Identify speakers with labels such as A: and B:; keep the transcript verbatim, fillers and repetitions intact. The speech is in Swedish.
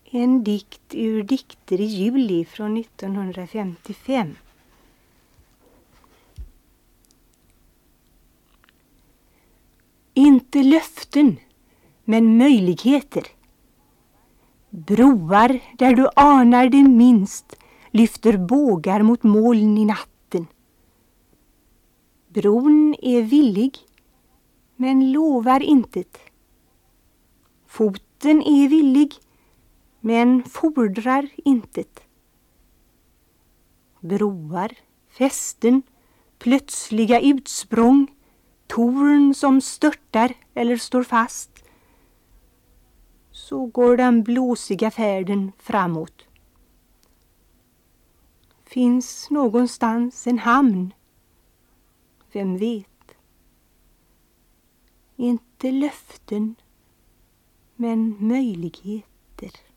A: En dikt ur Dikter i juli från nittonhundrafemtiofem. Inte löften, men möjligheter. Broar där du anar det minst lyfter bågar mot moln i natten. Bron är villig, men lovar intet. Foten är villig, men fordrar intet. Broar, fästen, plötsliga utsprång, torn som störtar eller står fast. Så går den blåsiga färden framåt. Finns någonstans en hamn? Vem vet? Inte löften, men möjligheter.